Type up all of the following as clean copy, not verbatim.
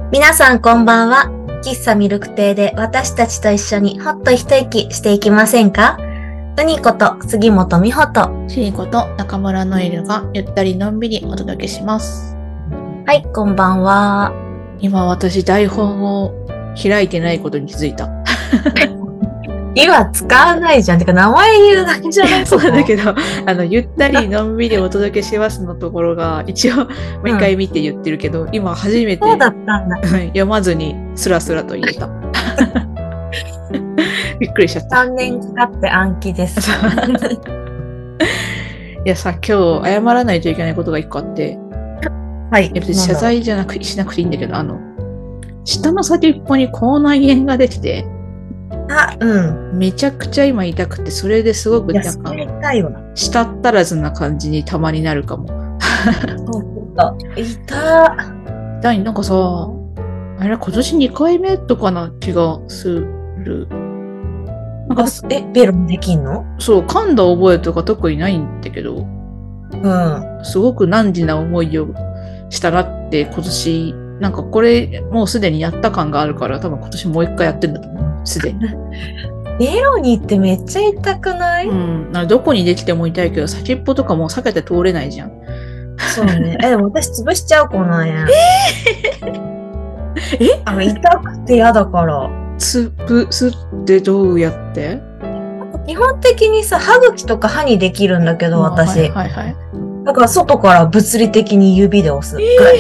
皆さんこんばんは。喫茶ミルク亭で私たちと一緒にほっと一息していきませんか？うにこと杉本美穂とシリこと中村ノエルがゆったりのんびりお届けします。 はい、こんばんは。 今私台本を開いてないことに気づいた。 今使わないじゃん。てか名前言うだけじゃないそうだけど、ゆったりのんびりお届けしますのところが一応毎回見て言ってるけど、今初めてそうだったんだ。 読まずにスラスラと言えた。びっくりしちゃった。 3年かかって暗記です。 いやさ、今日謝らないといけないことが一個あって、 はい。 別に謝罪じゃなくしなくていいんだけど、下の先っぽに口内炎ができて、めちゃくちゃ今痛くて、それですごくなんか舌足らずな感じにたまになるかも。痛い。なんかさ、あれ今年2回目とかな気がする。 なんかベロもできんの？ そう、噛んだ覚えとか特にないんだけど、すごく難儀な思いをしたなって今年、なんかこれもうすでにやった感があるから、多分今年もう一回やってんだと思う。すでに。 ベロにってめっちゃ痛くない？ どこにできても痛いけど、先っぽとかも避けて通れないじゃん。 そうね。でも私潰しちゃう子なんや。痛くて嫌だから。 潰すってどうやって？ 基本的にさ、歯茎とか歯にできるんだけど、私。 はいはい。 だから外から物理的に指で押す。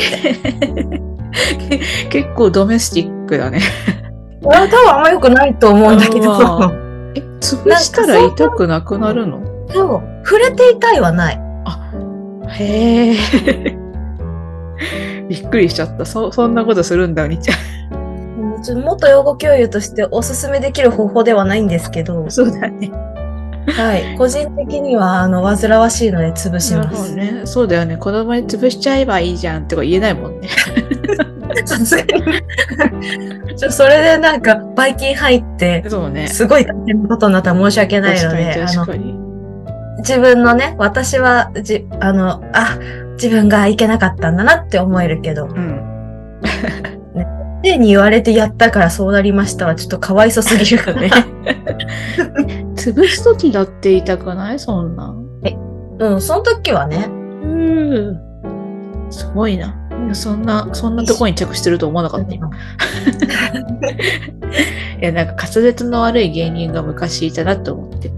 結構ドメスティックだね。 多分あんま良くないと思うんだけど。 潰したら痛くなくなるの？ そう。触れて痛いはない。 へえ。びっくりしちゃった。そんなことするんだ、お兄ちゃん。 元養護教諭としておすすめできる方法ではないんですけど。 そうだね。 はい。個人的には、煩わしいので潰します。 ね。そうだよね。子供に潰しちゃえばいいじゃんとか言えないもんね。 さすがに。それでなんか、ばい菌入って、 そうね。 すごい大変なことになったら申し訳ないので、 確かに自分のね、私は、自分がいけなかったんだなって思えるけど、ね、に言われてやったからそうなりましたはちょっとかわいそすぎるよね。 潰すときだって痛くない？そんな。 その時はね。 すごいな。そんなとこに着してると思わなかった。いや、なんか滑舌の悪い芸人が昔いたなって思って。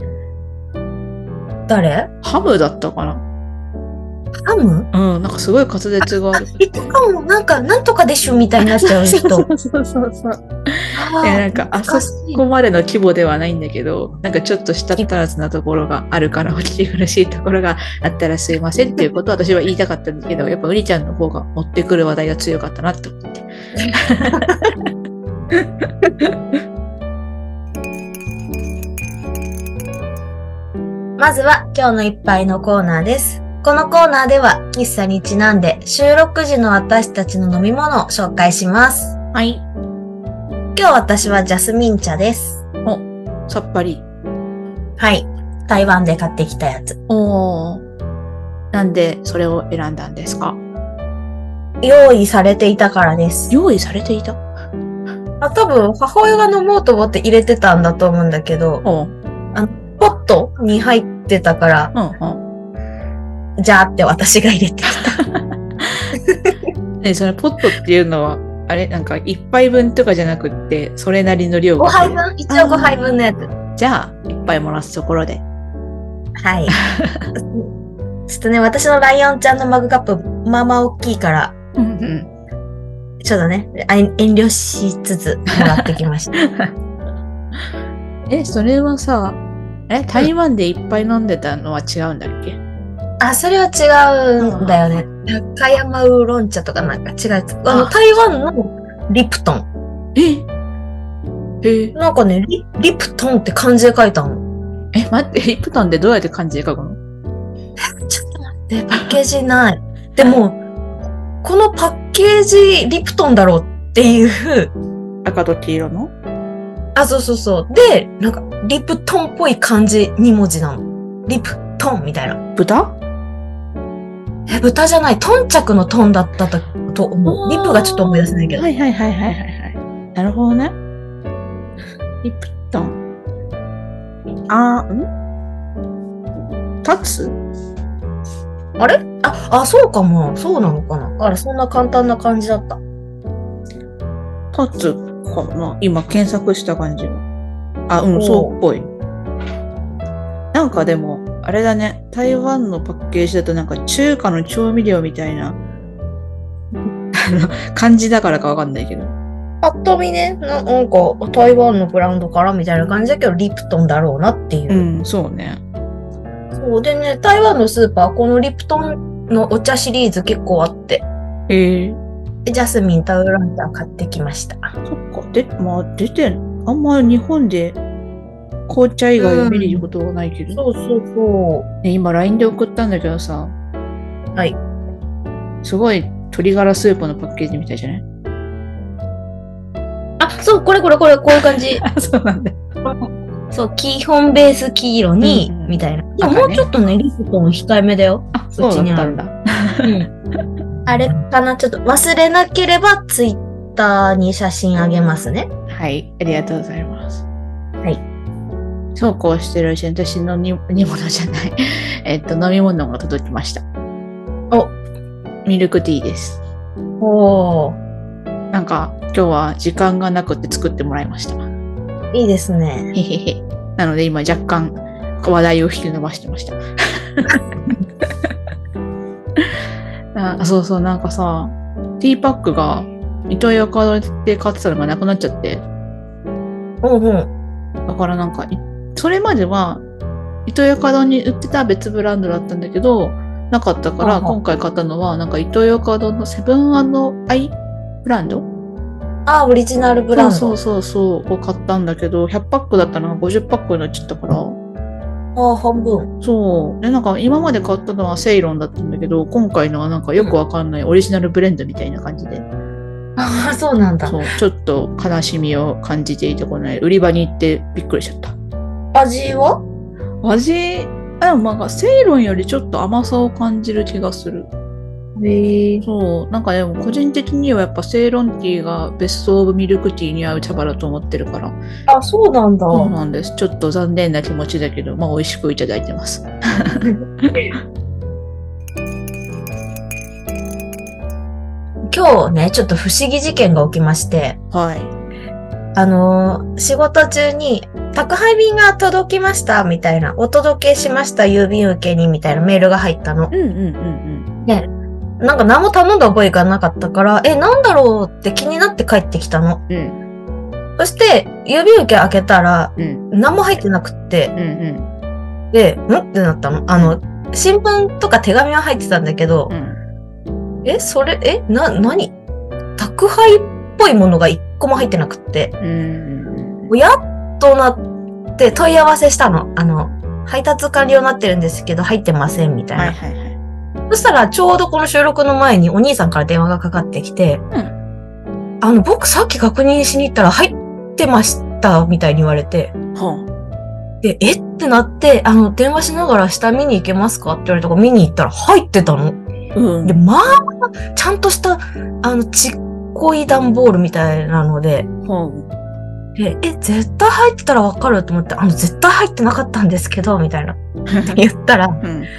誰？ ハムだったかな？ ハム？ なんかすごい滑舌が悪くて。 いたかも、なんとかでしょみたいになっちゃう人。 そう。いや、なんかあそこまでの規模ではないんだけど、なんかちょっと舌足らずなところがあるからお聞き苦しいところがあったらすいませんっていうことを私は言いたかったんだけど、やっぱうりちゃんの方が持ってくる話題が強かったなって思って。 まずは今日の一杯のコーナーです。このコーナーでは喫茶にちなんで収録時の私たちの飲み物を紹介します。 はい。 今日私はジャスミン茶です。 さっぱり。 はい。台湾で買ってきたやつ。 なんでそれを選んだんですか？ 用意されていたからです。 用意されていた？ 多分母親が飲もうと思って入れてたんだと思うんだけど、ポットに入ってたから、じゃあって私が入れてきた。 それポットっていうのは、あれなんか一杯分とかじゃなくって、それなりの量が。 5杯分？一応5杯分のやつ。 じゃあ、一杯もらすところで。 はい。ちょっとね、私のライオンちゃんのマグカップ、まあまあ大きいから、ちょっとね、遠慮しつつもらってきました。 それはさ、台湾でいっぱい飲んでたのは違うんだっけ？ それは違うんだよね。高山ウーロン茶とかなんか違う。台湾のリプトン。なんかね、リプトンって漢字で書いたの。 待って、リプトンってどうやって漢字で書くの？ ちょっと待って、パッケージない。でも、このパッケージリプトンだろうっていう。 赤と黄色の？ そう。で、なんか、リプトンっぽい漢字2文字なの。リプトンみたいな。 豚？ 豚じゃない。トンチャクのトンだったとと思う。リップがちょっと思い出せないけど。 はい。なるほどね。リプトン。立つ？ あれ？そうかも。そうなのかな。そんな簡単な感じだった。 立つかな。今検索した感じは。そうっぽい。なんかでも、あれだね。台湾のパッケージだとなんか中華の調味料みたいな感じだからかわかんないけど。 ぱっと見ね、なんか台湾のブランドからみたいな感じだけど、リプトンだろうなっていう。 そうね。 そうでね、台湾のスーパー、このリプトンのお茶シリーズ結構あって。ジャスミンとウーロン茶買ってきました。 そっか。出てる。あんま日本で紅茶以外を見ることはないけど。 そう。 ね、今 LINE で送ったんだけどさ。 はい。 すごい鶏ガラスープのパッケージみたいじゃない？ そう、これ、こういう感じ。 そうなんだ。 そう、基本ベース黄色に、みたいな。でももうちょっとね、リプトン控えめだよ。 そうだったんだ。 あれかな、ちょっと忘れなければツイッターに写真あげますね。 はい、ありがとうございます。 はい。 そうこうしてるうちに私の煮物じゃない。飲み物が届きました。ミルクティーです。なんか今日は時間がなくて作ってもらいました。 いいですね。 なので今若干話題を引き伸ばしてました。そうなんかさ、ティーパックがイトーヨーカドーで買ってたのがなくなっちゃって。だからなんかそれまではイトーヨーカドーに売ってた別ブランドだったんだけど、なかったから今回買ったのはなんかイトーヨーカドーのセブン&アイブランド？ オリジナルブランド。 そうを買ったんだけど、100パックだったのが50パックになっちゃったから。 半分。 そう。で、なんか今まで買ったのはセイロンだったんだけど、今回のはなんかよくわかんないオリジナルブレンドみたいな感じで。 そうなんだ。 そう。ちょっと悲しみを感じていて、この売り場に行ってびっくりしちゃった。 味は？ なんかセイロンよりちょっと甘さを感じる気がする。そう。なんかでも個人的にはやっぱセイロンティーがベストオブミルクティーに合う茶葉だと思ってるから。 そうなんだ。 そうなんです。ちょっと残念な気持ちだけど、美味しくいただいてます。 今日ね、ちょっと不思議事件が起きまして。 はい。 仕事中に宅配便が届きましたみたいな、お届けしました郵便受けにみたいなメールが入ったの。ね。なんか何も頼んだ覚えがなかったから、なんだろうって気になって帰ってきたの。そして、郵便受け開けたら、何も入ってなくって、で、ってなったの。新聞とか手紙は入ってたんだけど、何宅配っぽいものが一個も入ってなくって、やっとなって問い合わせしたの。配達完了になってるんですけど、入ってません、みたいな。そしたら、ちょうどこの収録の前にお兄さんから電話がかかってきて、僕さっき確認しに行ったら入ってました、みたいに言われて、で、ってなって、電話しながら下見に行けますかって言われたから見に行ったら入ってたの。で、ちゃんとした、ちっこい段ボールみたいなので、絶対入ってたらわかると思って、絶対入ってなかったんですけど、みたいな。言ったら、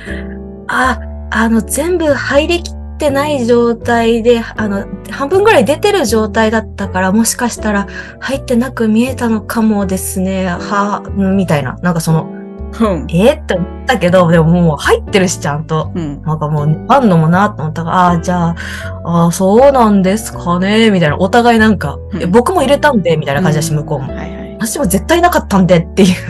全部入りきってない状態で、半分ぐらい出てる状態だったから、もしかしたら入ってなく見えたのかもですね、みたいな。なんかって思ったけど、でももう入ってるし、ちゃんと。なんかもう、あんのもなと思ったから、じゃあ、そうなんですかね、みたいな。お互いなんか、僕も入れたんで、みたいな感じだし、向こうも。私も絶対なかったんでっていう。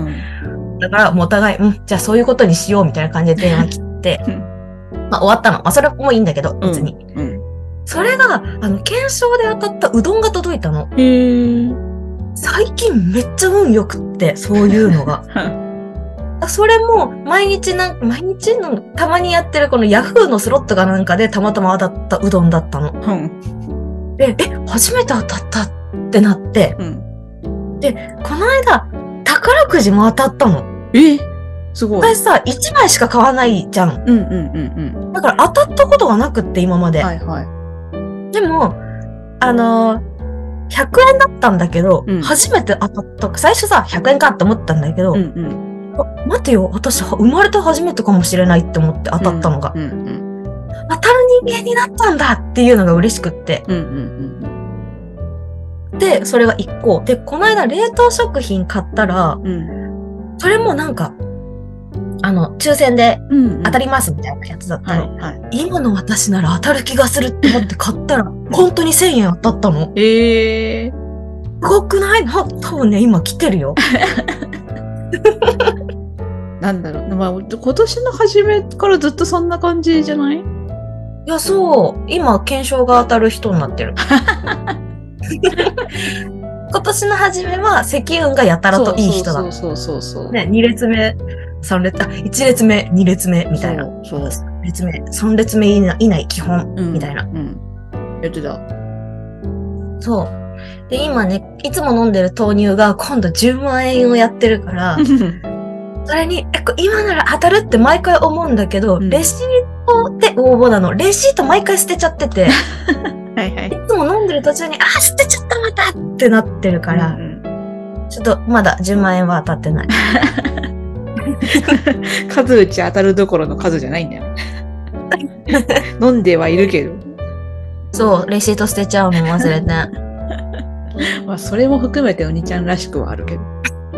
だから、もうお互い、じゃあそういうことにしよう、みたいな感じで電話切って、終わったの。それもいいんだけど、別に。それが、検証で当たったうどんが届いたの。最近めっちゃ運良くって、そういうのが。それも、毎日の、たまにやってるこのヤフーのスロットがなんかでたまたま当たったうどんだったの。で、初めて当たったってなって、で、この間、宝くじも当たったの。 すごい。 これさ、1枚しか買わないじゃん。だから当たったことがなくって、今まで。 でも、100円だったんだけど、初めて当たった。最初さ、100円かって思ったんだけど、待てよ、私、生まれて初めてかもしれないって思って当たったのが。当たる人間になったんだっていうのが嬉しくって。で、それが1個。で、この間冷凍食品買ったら、それもなんか、抽選で当たりますみたいなやつだったの。今の私なら当たる気がするって思って買ったら、本当に1000円当たったの。すごくない？多分ね、今来てるよ。 なんだろう。まあ、今年の初めからずっとそんな感じじゃない？いや、そう。今、懸賞が当たる人になってる。今年の初めは積運がやたらといい人だ。そう。ね、2列目、3列、1列目、2列目みたいな。3列目、3列目以内基本、みたいな。 やってた。 そう。で、今ね、いつも飲んでる豆乳が今度10万円をやってるから、それに、今なら当たるって毎回思うんだけど、レシートで応募なの。レシート毎回捨てちゃってて。いつも飲んでる途中に、捨てちゃったまたってなってるから、ちょっとまだ10万円は当たってない。 数打ち当たるどころの数じゃないんだよ。飲んではいるけど。 そう、レシート捨てちゃうの忘れて。 まあ、それも含めてお兄ちゃんらしくはあるけど。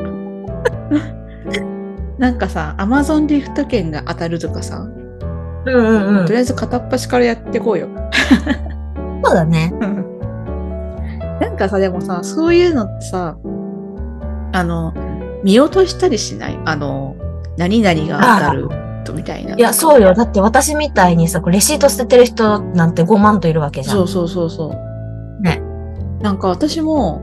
なんかさ、アマゾンギフト券が当たるとかさ、とりあえず片っ端からやってこうよ。 そうだね。 なんかさ、でもさ、そういうのってさ、見落としたりしない？何々が当たるとみたいな。 いや、そうよ。だって私みたいにさ、レシート捨ててる人なんて5万といるわけじゃん。 そう。ね。なんか私も、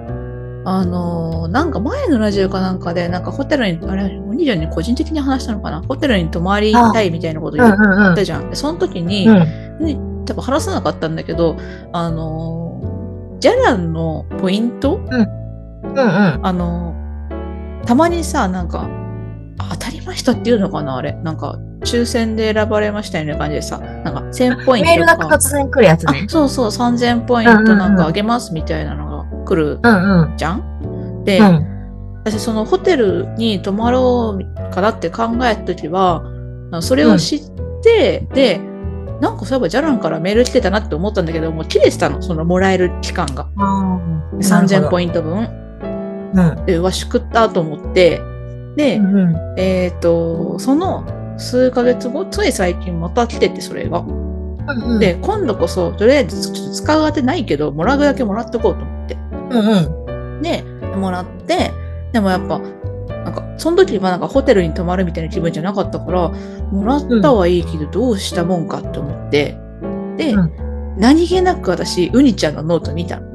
なんか前のラジオかなんかで、なんかホテルに、あれ、お兄ちゃんに個人的に話したのかな？ホテルに泊まりたいみたいなこと言ったじゃん。でその時に、多分話さなかったんだけど、ジャランのポイント？たまにさ、なんか、当たりましたっていうのかなあれ。なんか、抽選で選ばれましたような感じでさ、なんか1000ポイントとか。 メールが突然来るやつね。 そう、3000ポイントなんかあげますみたいなのが来るじゃん？で、私そのホテルに泊まろうかなって考えたときは、それを知って、で、なんかそういえばジャランからメール来てたなって思ったんだけど、もう切れてたの、そのもらえる期間が。3000ポイント分。で、しくったと思って、で、その数ヶ月後、つい最近また来てて、それが。で、今度こそ、とりあえずちょっと使う当てないけど、もらうだけもらっとこうと思って。で、もらって、でもやっぱ、なんか、その時はなんかホテルに泊まるみたいな気分じゃなかったから、もらったはいいけど、どうしたもんかって思って、で、何気なく私、ウニちゃんのノート見たの。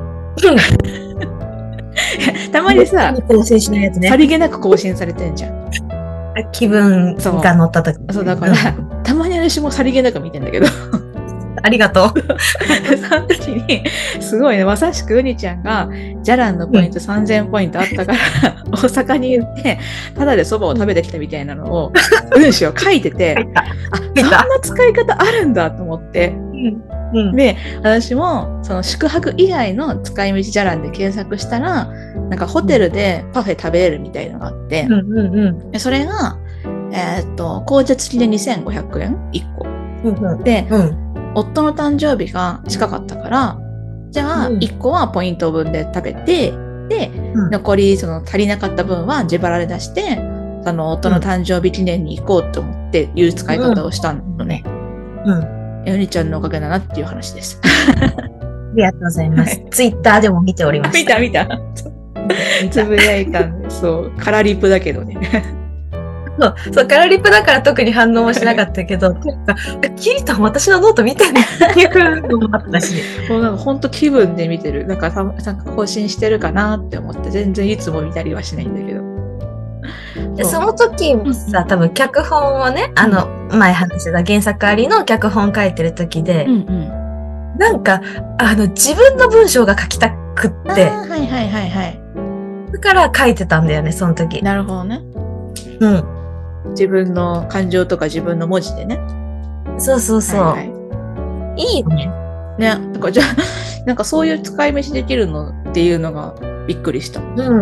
たまにさ、さりげなく更新されてんじゃん。 気分が乗った時。 そう、だから、たまに私もさりげなく見てんだけど。 ありがとう。 その時に、すごいね、まさしくウニちゃんが、ジャランのポイント3000ポイントあったから、大阪に行って、ただで蕎麦を食べてきたみたいなのを、文章を書いてて、そんな使い方あるんだと思って。で、私も、その宿泊以外の使い道ジャランで検索したら、なんかホテルでパフェ食べれるみたいなのがあって、それが、紅茶付きで2500円 ?1 個。で、夫の誕生日が近かったから、じゃあ、1個はポイント分で食べて、で、残りその足りなかった分は自腹で出して、その夫の誕生日記念に行こうと思っていう使い方をしたのね。ウニちゃんのおかげだなっていう話です。 ありがとうございます。ツイッターでも見ておりました。 見たつぶやいたんで、そう、カラリプだけどね。 そう、カラリプだから特に反応もしなかったけど、キリトン私のノート見てねっていうのもあったし。 もうなんか本当気分で見てる。なんか更新してるかなって思って、全然いつも見たりはしないんだけど。 その時もさ、多分脚本をね、前話してた原作ありの脚本書いてる時で、なんか、自分の文章が書きたくって。だから書いてたんだよね、その時。 なるほどね。自分の感情とか自分の文字でね。 そう。いいよね。 ね、なんかじゃあ、なんかそういう使い道できるのっていうのがびっくりした。 うん。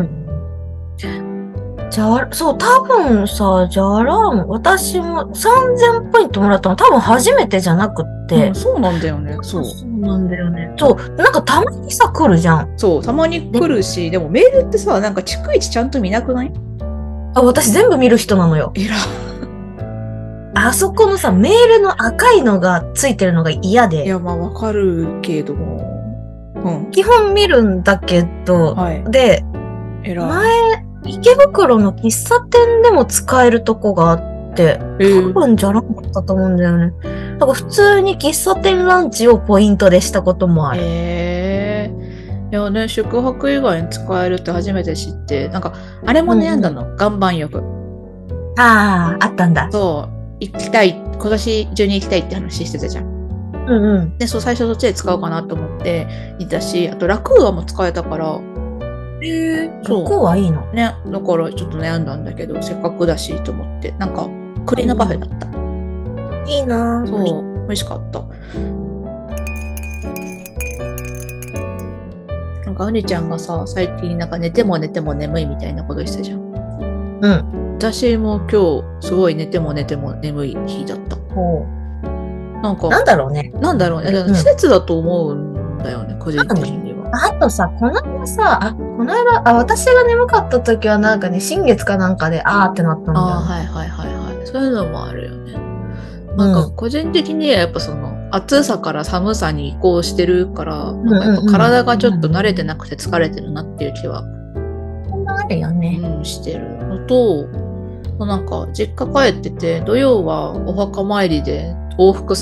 そう、多分さ、じゃらん、私も3000ポイントもらったの多分初めてじゃなくって。 そうなんだよね。そうなんだよね。そう、なんかたまにさ、来るじゃん。 そう、たまに来るし、でもメールってさ、なんか逐一ちゃんと見なくない？ 私全部見る人なのよ。あそこのさ、メールの赤いのがついてるのが嫌で。 いや、まあわかるけども。 基本見るんだけど、で、前、池袋の喫茶店でも使えるとこがあって、多分じゃなかったと思うんだよね。だから普通に喫茶店ランチをポイントでしたこともある。 いやね、宿泊以外に使えるって初めて知って、なんか、あれも悩んだの、岩盤浴。 あったんだ。 そう、行きたい、今年中に行きたいって話してたじゃん。で、そう、最初そっちで使おうかなと思っていたし、あと、ラクーアも使えたから。 ラクーアいいのね、だからちょっと悩んだんだけど、せっかくだしと思って、なんか、栗のパフェだった。 いいなぁ。 そう、美味しかった。なんか、うにちゃんがさ、最近なんか寝ても寝ても眠いみたいなことしてたじゃん。私も今日、すごい寝ても寝ても眠い日だった。 なんだろうね。 季節だと思うんだよね、個人的には。 あとさ、この間さ、私が眠かった時はなんかね、新月かなんかで、ってなったんだよね。 そういうのもあるよね。なんか個人的にはやっぱその、暑さから寒さに移行してるから、なんかやっぱ体がちょっと慣れてなくて疲れてるなっていう気は、 あるよね。 してるのと、なんか実家帰ってて、土曜はお墓参りで往復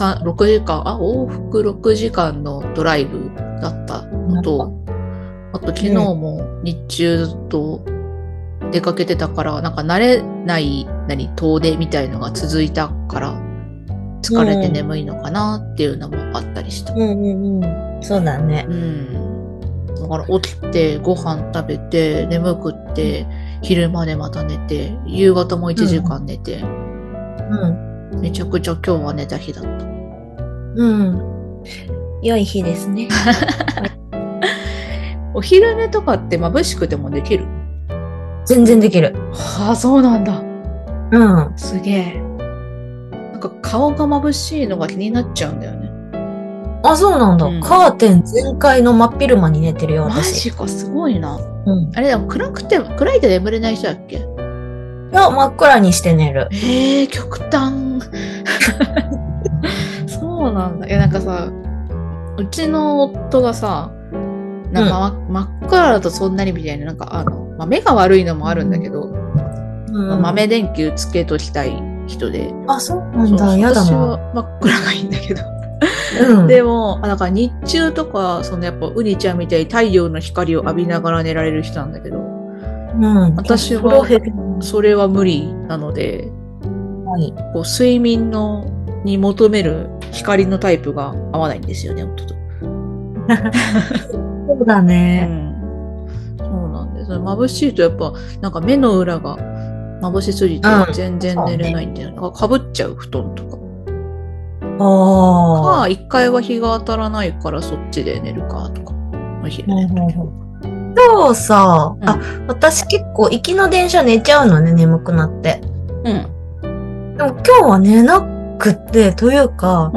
6時間のドライブだったのと、あと昨日も日中ずっと出かけてたから、なんか慣れない遠出みたいのが続いたから疲れて眠いのかなっていうのもあったりした。 そうだね。 だから起きてご飯食べて眠くって昼までまた寝て夕方も1時間寝て、めちゃくちゃ今日は寝た日だった。 良い日ですね。 お昼寝とかって眩しくてもできる？ 全然できる。 そうなんだ。すげえ。なんか顔が眩しいのが気になっちゃうんだよね。 そうなんだ。カーテン全開の真っ昼間に寝てるよ、私。 マジか、すごいな。あれでも暗いと眠れない人だっけ？いや、真っ暗にして寝る。 極端。そうなんだ。なんかさ、うちの夫がさ、なんか真っ暗だとそんなにみたいな、なんか目が悪いのもあるんだけど、豆電球つけときたい人で。 そうなんだ。やだな。 私は真っ暗がいいんだけど。でも、なんか日中とか、やっぱうにちゃんみたいに太陽の光を浴びながら寝られる人なんだけど、私はそれは無理なので、こう睡眠に求める光のタイプが合わないんですよね、夫と。 そうだね。 そうなんです。眩しいとやっぱ、なんか目の裏が眩しすぎて全然寝れないんだよね。なんか被っちゃう布団とか。1階は日が当たらないからそっちで寝るかとか。お昼寝る時。 今日さ、私結構行きの電車寝ちゃうのね、眠くなって。でも今日は寝なくて、というか、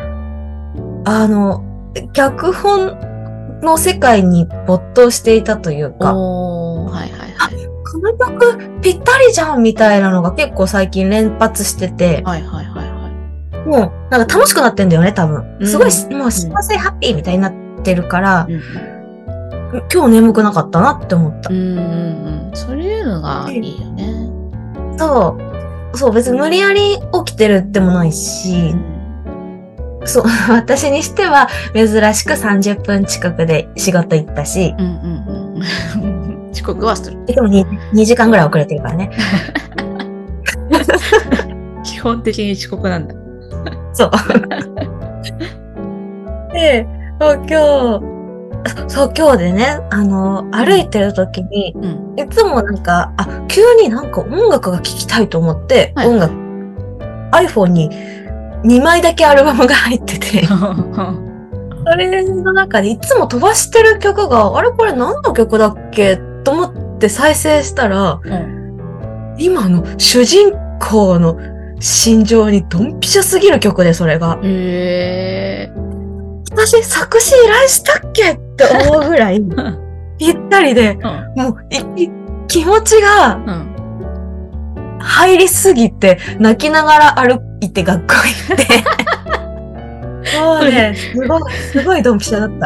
脚本の世界に没頭していたというか、この曲ぴったりじゃんみたいなのが結構最近連発してて、もうなんか楽しくなってんだよね、多分。すごい、もう幸せハッピーみたいになってるから、今日眠くなかったなって思った。 そういうのがいいよね。 そう、別に無理やり起きてるってもないし、私にしては珍しく30分近くで仕事行ったし、 遅刻はする。 でも 2時間ぐらい遅れてるからね。 基本的に遅刻なんだ。 そう。で、今日でね、歩いてる時に、いつもなんか、急になんか音楽が聴きたいと思って、iPhone に2枚だけアルバムが入ってて、 それの中でいつも飛ばしてる曲が、あれこれ何の曲だっけと思って再生したら、今の主人公の心情にドンピシャすぎる曲で、それが。私作詞依頼したっけって思うぐらい、ぴったりで、もう気持ちが、入りすぎて、泣きながら歩いて学校行って。もうね、すごいドンピシャだった。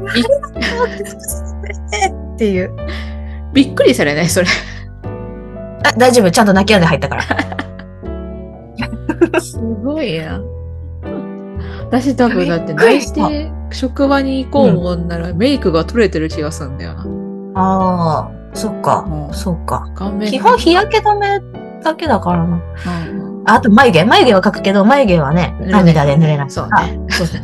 っていう。 びっくりされないそれ。 大丈夫。ちゃんと泣き止んで入ったから。 すごいな。私多分だって泣いて職場に行こうもんならメイクが取れてる気がするんだよな。 ああ、そっか。そっか。基本日焼け止めだけだからな。あと眉毛は描くけど、眉毛はね、涙で濡れない。 そうね。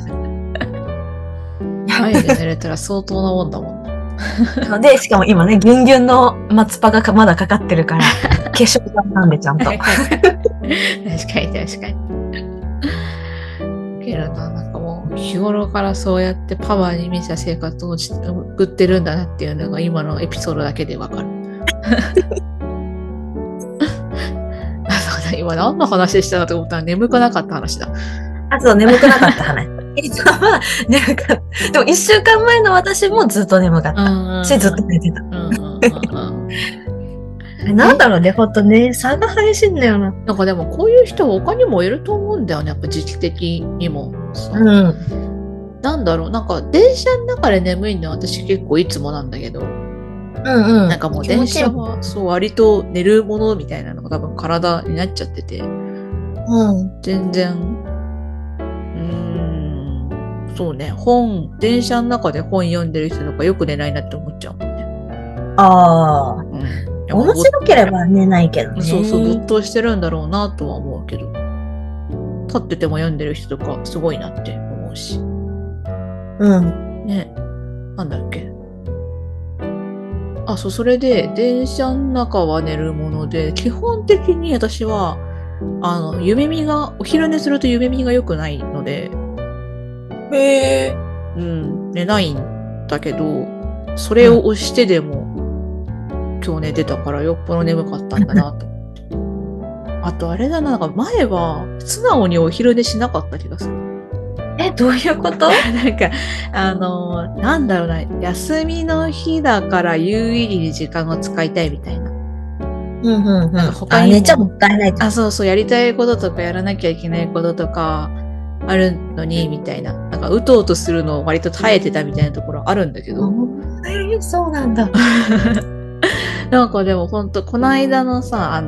眉毛濡れたら相当なもんだもん。 で、しかも今ね、ギュンギュンの松パがまだかかってるから、化粧品なんでちゃんと。確かに。けどな、なんかもう日頃からそうやってパワーに満ちた生活を送ってるんだなっていうのが今のエピソードだけでわかる。今何の話したのと思ったら眠くなかった話だ。 そう、眠くなかった話。眠かった。でも1週間前の私もずっと眠かった。ずっと寝てた。なんだろうね、ほんとね、差が激しいんだよな。 なんかでもこういう人他にもいると思うんだよね、やっぱ時期的にも。なんだろう、なんか電車の中で眠いのは私結構いつもなんだけど。なんかもう電車はそう割と寝るものみたいなのが多分体になっちゃってて、全然そうね、電車の中で本読んでる人とかよく寝ないなって思っちゃうもんね。 面白ければ寝ないけどね。 そうそう、没頭してるんだろうなとは思うけど、立ってても読んでる人とかすごいなって思うし。ね、なんだっけ。それで、電車の中は寝るもので、基本的に私は、夢見が、お昼寝すると夢見が良くないので、寝ないんだけど、それを押してでも、今日寝てたからよっぽど眠かったんだなと思って。あとあれだな、なんか前は、素直にお昼寝しなかった気がする。 どういうこと？ なんか、なんだろうな、休みの日だから有意義に時間を使いたいみたいな。 なんか他にも寝ちゃもったいない。 そうそう、やりたいこととかやらなきゃいけないこととかあるのに、みたいな。なんか、うとうとするのを割と耐えてたみたいなところあるんだけど。 そうなんだ。 なんかでもほんと、この間のさ、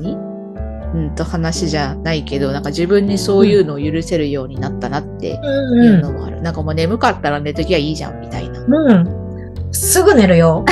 話じゃないけど、なんか自分にそういうのを許せるようになったなっていうのもある。なんかもう眠かったら寝ときゃいいじゃんみたいな。 すぐ寝るよ。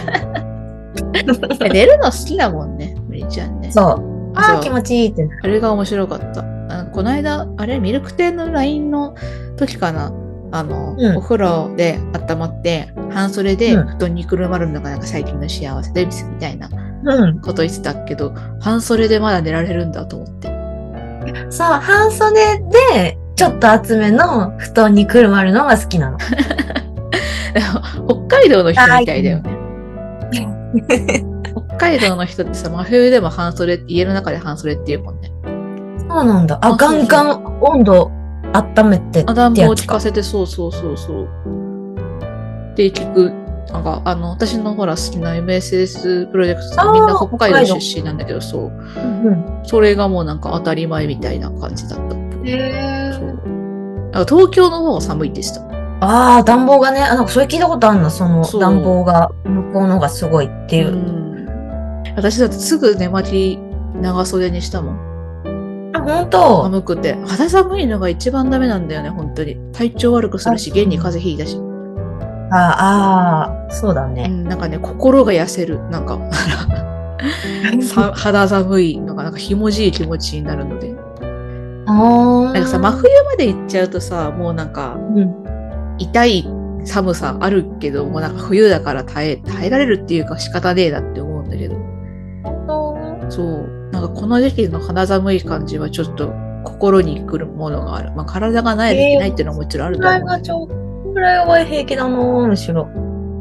寝るの好きだもんね、みりちゃんね。 そう。気持ちいいって。 あれが面白かった。この間、ミルク亭の LINE の時かな。お風呂で温まって、半袖で布団にくるまるのがなんか最近の幸せですみたいなこと言ってたけど、半袖でまだ寝られるんだと思って。 そう、半袖でちょっと厚めの布団にくるまるのが好きなの。 北海道の人みたいだよね。北海道の人ってさ、真冬でも半袖って家の中で半袖って言うもんね。 そうなんだ。ガンガン温度温めてってやつか。 暖房を効かせて、そう。って聞く。なんか、私のほら好きな MSS プロジェクトさんみんな北海道出身なんだけど、そう。それがもうなんか当たり前みたいな感じだった。なんか東京の方が寒いって言ってた。 暖房がね、なんかそれ聞いたことあるな、その暖房が向こうの方がすごいっていう。 私だってすぐ寝巻き長袖にしたもん。 本当？ 寒くて。肌寒いのが一番ダメなんだよね、本当に。体調悪くするし、現に風邪ひいたし。 そうだね。 なんかね、心が痩せる。なんか、肌寒いのが、なんかひもじい気持ちになるので。なんかさ、真冬まで行っちゃうとさ、もうなんか、痛い寒さあるけど、もうなんか冬だから耐えられるっていうか仕方ねえなって思うんだけど。そう。なんかこの時期の肌寒い感じはちょっと心に来るものがある。まあ体がないといけないっていうのはもちろんあると思う。 ぐらいは平気だな、むしろ。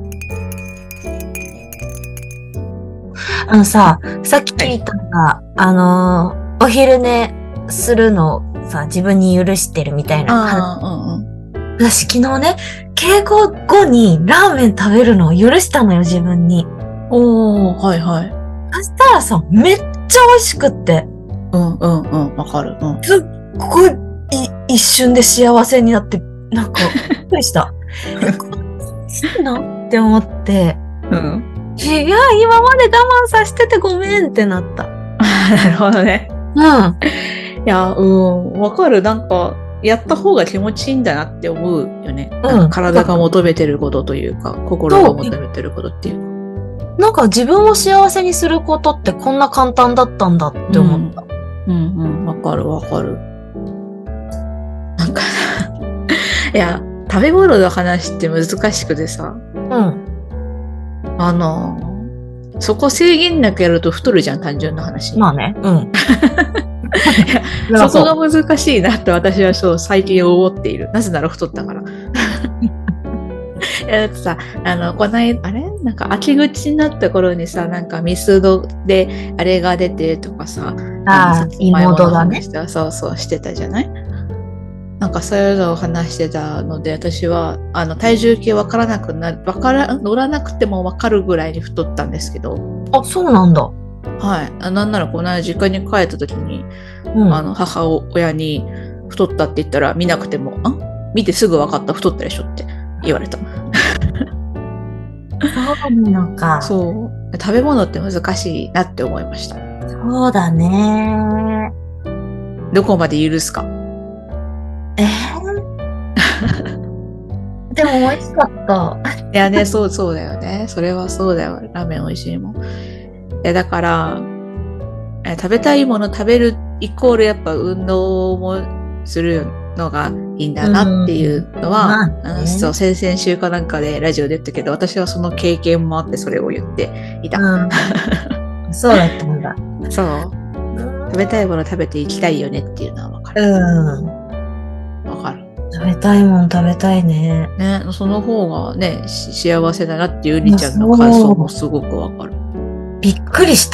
さっき聞いたのが、お昼寝するのをさ、自分に許してるみたいな話。私昨日ね、稽古後にラーメン食べるのを許したのよ、自分に。 はいはい。 そしたらさ、めっちゃ美味しくって。 わかる。 すっごい一瞬で幸せになって、なんか、びっくりした。いいなって思って、いや、今まで我慢させててごめんってなった。 なるほどね。いや、わかる。なんか、やった方が気持ちいいんだなって思うよね。体が求めてることというか、心が求めてることっていうか。 なんか自分を幸せにすることってこんな簡単だったんだって思った。 わかる。なんか、いや、食べ物の話って難しくてさ。そこ制限なくやると太るじゃん、単純な話。 まあね。 そこが難しいなって私は最近思っている。なぜなら太ったから。だってさ、この間、なんか秋口になった頃にさ、なんかミスドであれが出てとかさ、 妹がね。 そうしてたじゃない？なんかそういうのを話してたので、私は体重計乗らなくても分かるぐらいに太ったんですけど。 あ、そうなんだ。 はい。なんならこの間実家に帰った時に、母親に太ったって言ったら見なくても、見てすぐ分かった太ったでしょって言われた。 そうなのか。 そう。食べ物って難しいなって思いました。 そうだね。 どこまで許すか。 でも美味しかった。 いやね、そうだよね。それはそうだよ。ラーメン美味しいもん。だから、食べたいもの食べるイコールやっぱ運動もするのがいいんだなっていうのは、先々週かなんかでラジオで言ったけど、私はその経験もあってそれを言っていた。 そうだったんだ。 そう。食べたいもの食べていきたいよねっていうのはわかる。わかる。 食べたいもん食べたいね。 ね、その方がね、幸せだなっていうりちゃんの感想もすごくわかる。 びっくりした。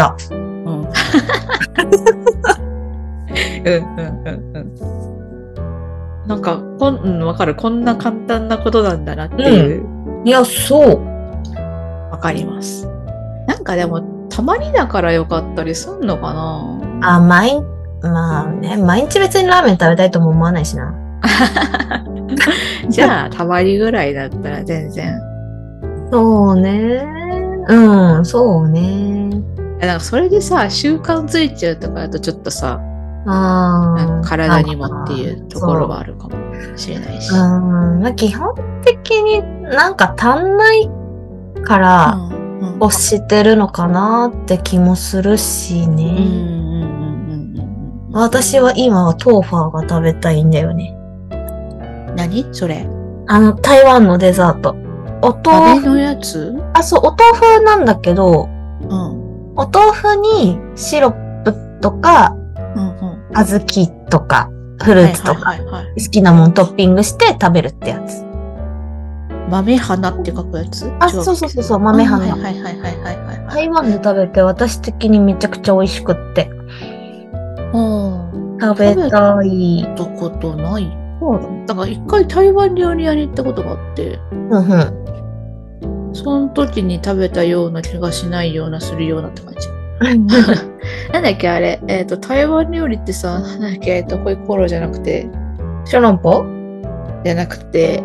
なんか、わかる。こんな簡単なことなんだなっていう。 いや、そう。 わかります。なんかでも、たまにだからよかったりすんのかな。 まあね、毎日別にラーメン食べたいとも思わないしな。 じゃあ、たまにぐらいだったら全然。 そうね。そうね。 なんかそれでさ、習慣ついちゃうとかだとちょっとさ、体にもっていうところはあるかもしれないし。 基本的になんか足んないから欲してるのかなって気もするしね。私は今はトーファーが食べたいんだよね。 何それ？ 台湾のデザート。お豆腐のやつ？ そう、お豆腐なんだけど、お豆腐にシロップとか、小豆とか、フルーツとか、好きなもんトッピングして食べるってやつ。 豆花って書くやつ？ そう、豆花。台湾で食べて私的にめちゃくちゃ美味しくって。食べたい。 食べたことない。だから一回台湾料理屋に行ったことがあって。その時に食べたような気がしないようなするようなって感じ。なんだっけあれ、台湾料理ってさ、なんだっけ、ホイコーローじゃなくて、 小籠包じゃなくて、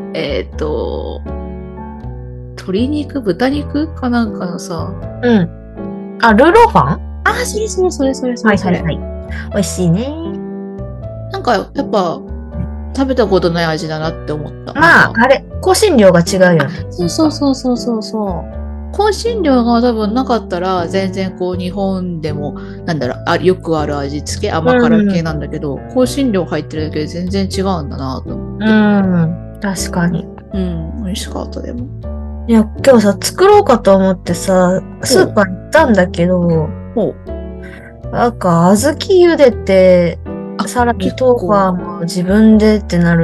鶏肉、豚肉かなんかのさ。 ルーローファン？ それ。 美味しいね。 なんか、やっぱ、食べたことない味だなって思った。 香辛料が違うよね。 そう。香辛料が多分なかったら、全然こう日本でも、よくある味付け、甘辛系なんだけど、香辛料入ってるだけで全然違うんだなと思って。確かに。 美味しかったでも。 いや、今日さ、作ろうかと思ってさ、スーパー行ったんだけど、なんか、小豆茹でて、さらにトーファーも自分でってなる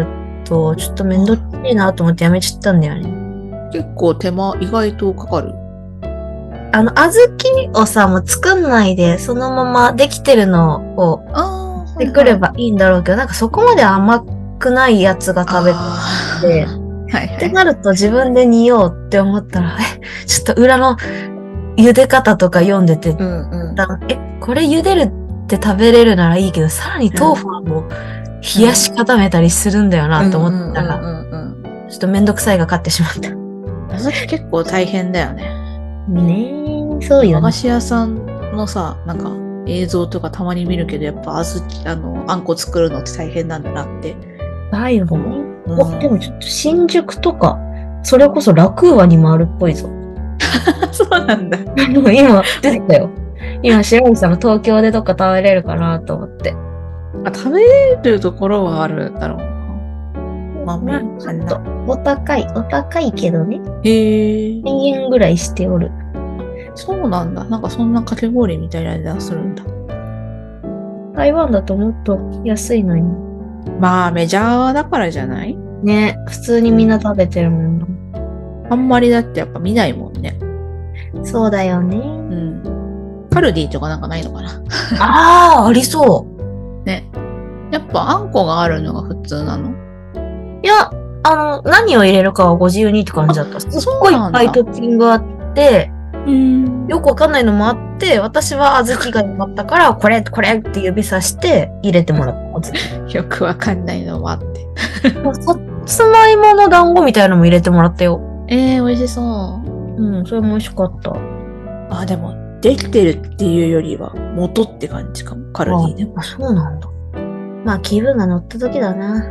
と、ちょっとめんどくさいなと思ってやめちゃったんだよね。 結構手間意外とかかる。 小豆をさ、もう作んないで、そのままできてるのを、でくればいいんだろうけど、なんかそこまで甘くないやつが食べて、ってなると自分で煮ようって思ったら、ちょっと裏の茹で方とか読んでて、これ茹でるって食べれるならいいけど、さらに豆腐を冷やし固めたりするんだよなと思ったら、ちょっとめんどくさいが勝ってしまった。 小豆結構大変だよね。 ねえ、そうよね。 和菓子屋さんのさ、なんか映像とかたまに見るけど、やっぱあんこ作るのって大変なんだなって。 だよね。でもちょっと新宿とか、それこそラクーアにもあるっぽいぞ。 そうなんだ。 今出てきたよ。今白石さんも東京でどっか食べれるかなと思って。 食べれるところはあるだろうな。 ちょっとお高いけどね。 1000 円ぐらいしておる。 そうなんだ。なんかそんなかき氷みたいな値段するんだ。 台湾だともっと安いのに。 まあメジャーだからじゃない？ ね、普通にみんな食べてるもんな。 あんまりだってやっぱ見ないもんね。 そうだよね。 カルディとかなんかないのかな。 ありそう。 ね。やっぱあんこがあるのが普通なの？ いや、何を入れるかはご自由にって感じだった。すっごいいっぱいトッピングあって、よくわかんないのもあって、私は小豆が良かったから、これって指さして入れてもらった。 よくわかんないのもあって。 さつまいもの団子みたいなのも入れてもらったよ。 美味しそう。 それも美味しかった。 でも、できてるっていうよりは、元って感じかも、カルディで。 そうなんだ。まあ、気分が乗った時だな。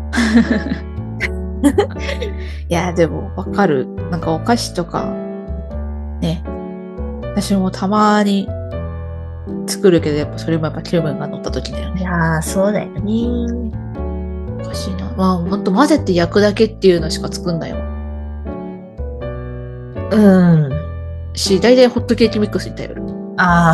いや、でも、わかる。なんかお菓子とか、ね。私もたまに作るけど、やっぱそれもやっぱ気分が乗った時だよね。 いやー、そうだよね。 おかしいな。ほんと混ぜて焼くだけっていうのしか作んないわ。大体ホットケーキミックスに頼る。でも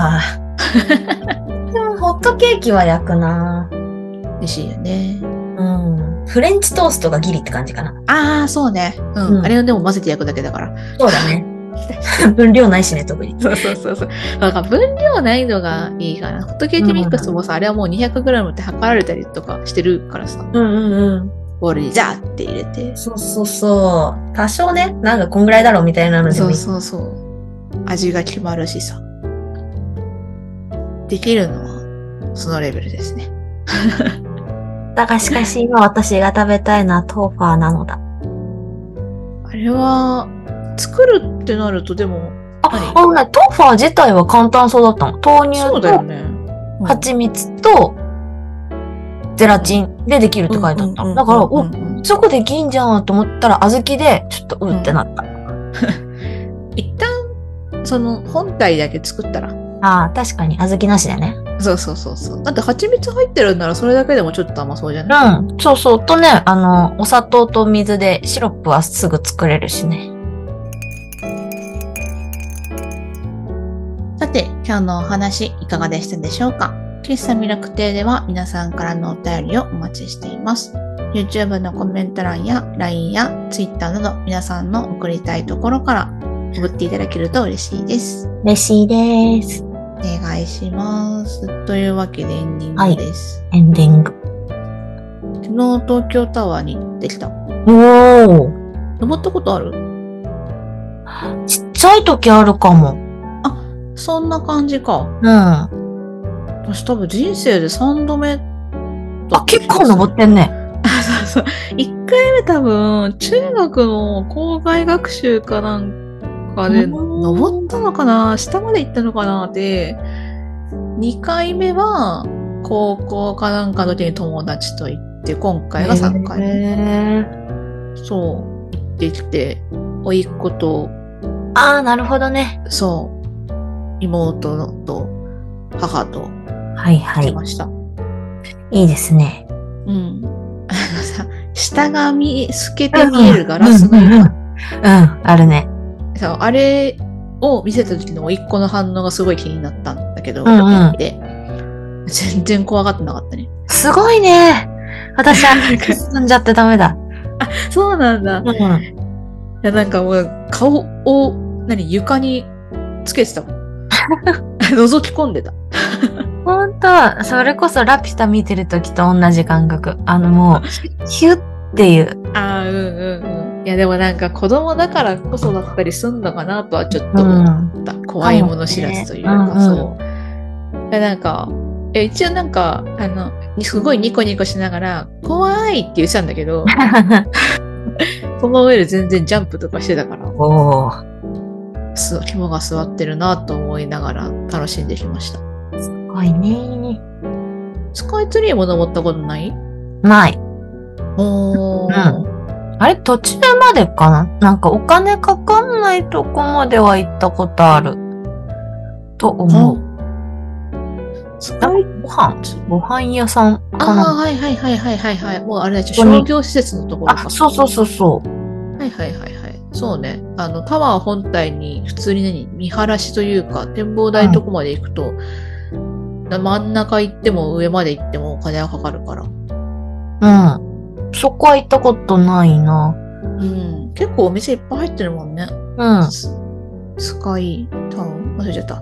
ホットケーキは焼くな。 美味しいよね。 フレンチトーストがギリって感じかな。 そうね。あれをでも混ぜて焼くだけだから。 そうだね。分量ないしね、特に。 そう。だから分量ないのがいいかな。ホットケーキミックスもさ、あれはもう 200g って測られたりとかしてるからさ。ボウルにジャーって入れて。 そう。多少ね、なんかこんぐらいだろうみたいなのでもいい。 そう。味が決まるしさ。できるのは、そのレベルですね。 だがしかし今私が食べたいのはトーファーなのだ。 あれは、作るってなるとでも、 トーファー自体は簡単そうだったの。豆乳と、蜂蜜と、ゼラチンでできるって書いてあった。だから、そこできんじゃんと思ったら、小豆で、ちょっとってなった。 一旦、その、本体だけ作ったら。 確かに、小豆なしでね。 そう。だって蜂蜜入ってるんならそれだけでもちょっと甘そうじゃない？ そう。とね、お砂糖と水でシロップはすぐ作れるしね。 さて、今日のお話いかがでしたでしょうか？喫茶ミルク亭では皆さんからのお便りをお待ちしています。YouTube のコメント欄や LINE や Twitter など皆さんの送りたいところから送っていただけると嬉しいです。 嬉しいです。 お願いします。というわけでエンディングです。 エンディング。 昨日東京タワーに行ってきた。登ったことある？ ちっちゃい時あるかも。 そんな感じか。私多分人生で3度目。 結構登ってんね。 そう。1回目多分、中学の校外学習かなんかで登ったのかな、下まで行ったのかなで、2回目は高校かなんかの時に友達と行って、今回が3回目。そう。行ってきて、甥っ子と。 なるほどね。 そう。妹と母と行きました。 いいですね。 下が透けて見えるガラスの床。 あるね。 そう、あれを見せた時の甥っ子の反応がすごい気になったんだけど、全然怖がってなかったね。 すごいね。 私は進んじゃってダメだ。 あ、そうなんだ。いや、なんかもう、顔を、床につけてたもん。覗き込んでた。 ほんと、それこそラピュタ見てるときと同じ感覚。もう、ヒュッっていう。 いや、でもなんか子供だからこそだったりすんのかなとはちょっと思った。怖いもの知らずというか、そう。なんか、一応なんか、すごいニコニコしながら、怖いって言ってたんだけど、その上で全然ジャンプとかしてたから、肝が座ってるなと思いながら楽しんできました。 すごいね。 スカイツリーも登ったことない？ ない。あれ、途中までかな？なんかお金かかんないとこまでは行ったことある。と思う。ご飯屋さんかな？ はい。もうあれだ、商業施設のところか。 そう。 はい。そうね。タワー本体に普通に見晴らしというか、展望台とこまで行くと、真ん中行っても上まで行ってもお金がかかるから。 そこは行ったことないな。 結構お店いっぱい入ってるもんね。スカイタウン忘れちゃった。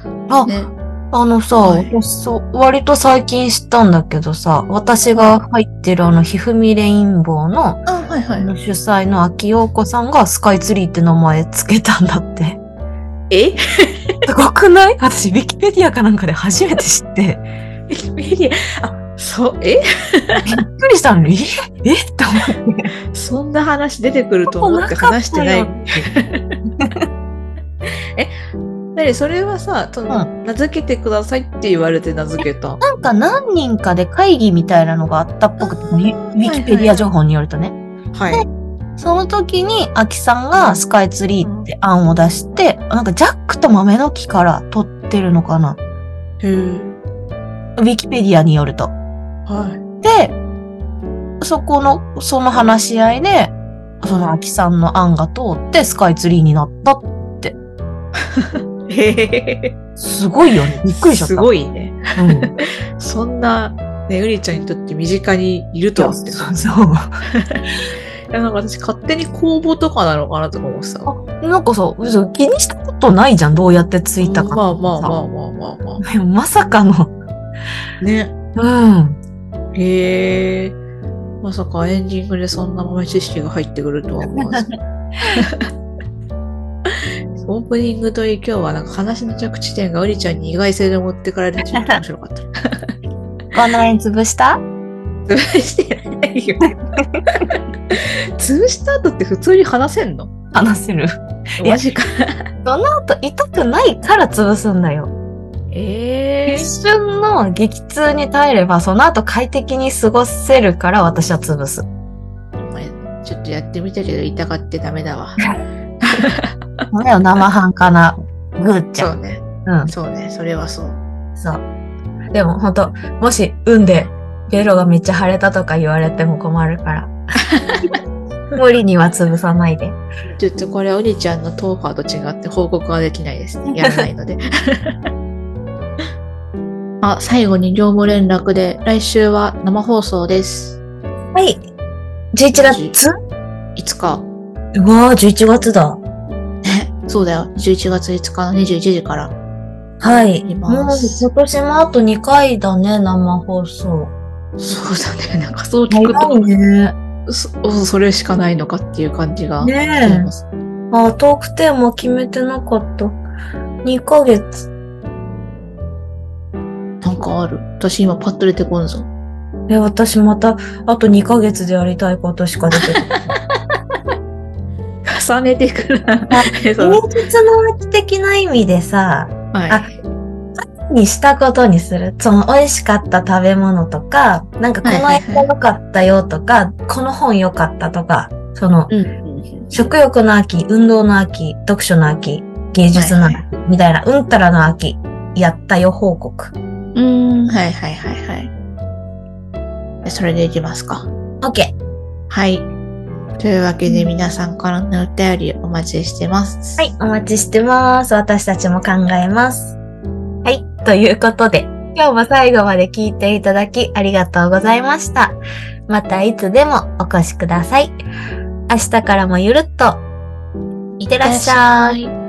割と最近知ったんだけどさ、私が入ってるひふみレインボーの、主催の秋陽子さんがスカイツリーって名前つけたんだって。すごくない？私、ウィキペディアかなんかで初めて知って。 ウィキペディア、びっくりしたのに、って思って。 そんな話出てくると思って話してない。それはさ、名付けてくださいって言われて名付けた。 なんか何人かで会議みたいなのがあったっぽくて、ウィキペディア情報によるとね。で、その時に、アキさんがスカイツリーって案を出して、なんかジャックと豆の木から取ってるのかな。ウィキペディアによると。で、その話し合いで、そのアキさんの案が通ってスカイツリーになったって。すごいよね。びっくりしちゃった。 すごいね。そんな、ね、うりちゃんにとって身近にいるとはって。 そう。 いや、なんか私勝手に公募とかなのかなとか思ってさ。 なんかさ、気にしたことないじゃん。どうやってついたか。 まあ。 まさかの。 ね。まさかエンディングでそんな豆知識が入ってくるとは思わず。オープニングといい今日はなんか話の着地点がうりちゃんに意外性で持ってかれてちょっと面白かった。 こんなに潰した？ 潰してないよ。潰した後って普通に話せんの？ 話せる。 マジか。 その後痛くないから潰すんだよ。一瞬の激痛に耐えればその後快適に過ごせるから私は潰す。 ちょっとやってみたけど痛がってダメだわ。 生半可なグーちゃん。 そうね。そうね。それはそう。 そう。でも本当もし産んでベロがめっちゃ腫れたとか言われても困るから。無理には潰さないで。 ちょっとこれはうりちゃんのトーファーと違って報告はできないですね。やらないので。最後に業務連絡で来週は生放送です。 はい。11月 5日。 うわー、11月だ。 そうだよ。11月5日の21時から。 はい。もう今年もあと2回だね、生放送。 そうだね。なんかそう聞くと。 ね。 それしかないのかっていう感じが。 ねえ。トークテーマ決めてなかった。2ヶ月。 なんかある？私今パッと出てこんぞ。 私また、あと2ヶ月でやりたいことしか出てこない。 重ねてくるな。 芸術の秋的な意味でさ、にしたことにする。その美味しかった食べ物とか、なんかこの映画良かったよとか、この本良かったとか、その、食欲の秋、運動の秋、読書の秋、芸術の秋、みたいな、うんたらの秋、やったよ報告。 それでいきますか。 OK。 はい。というわけで皆さんからのお便りお待ちしてます。 はい、お待ちしてます。私たちも考えます。はい、ということで、 今日も最後まで聞いていただきありがとうございました。またいつでもお越しください。明日からもゆるっといってらっしゃい。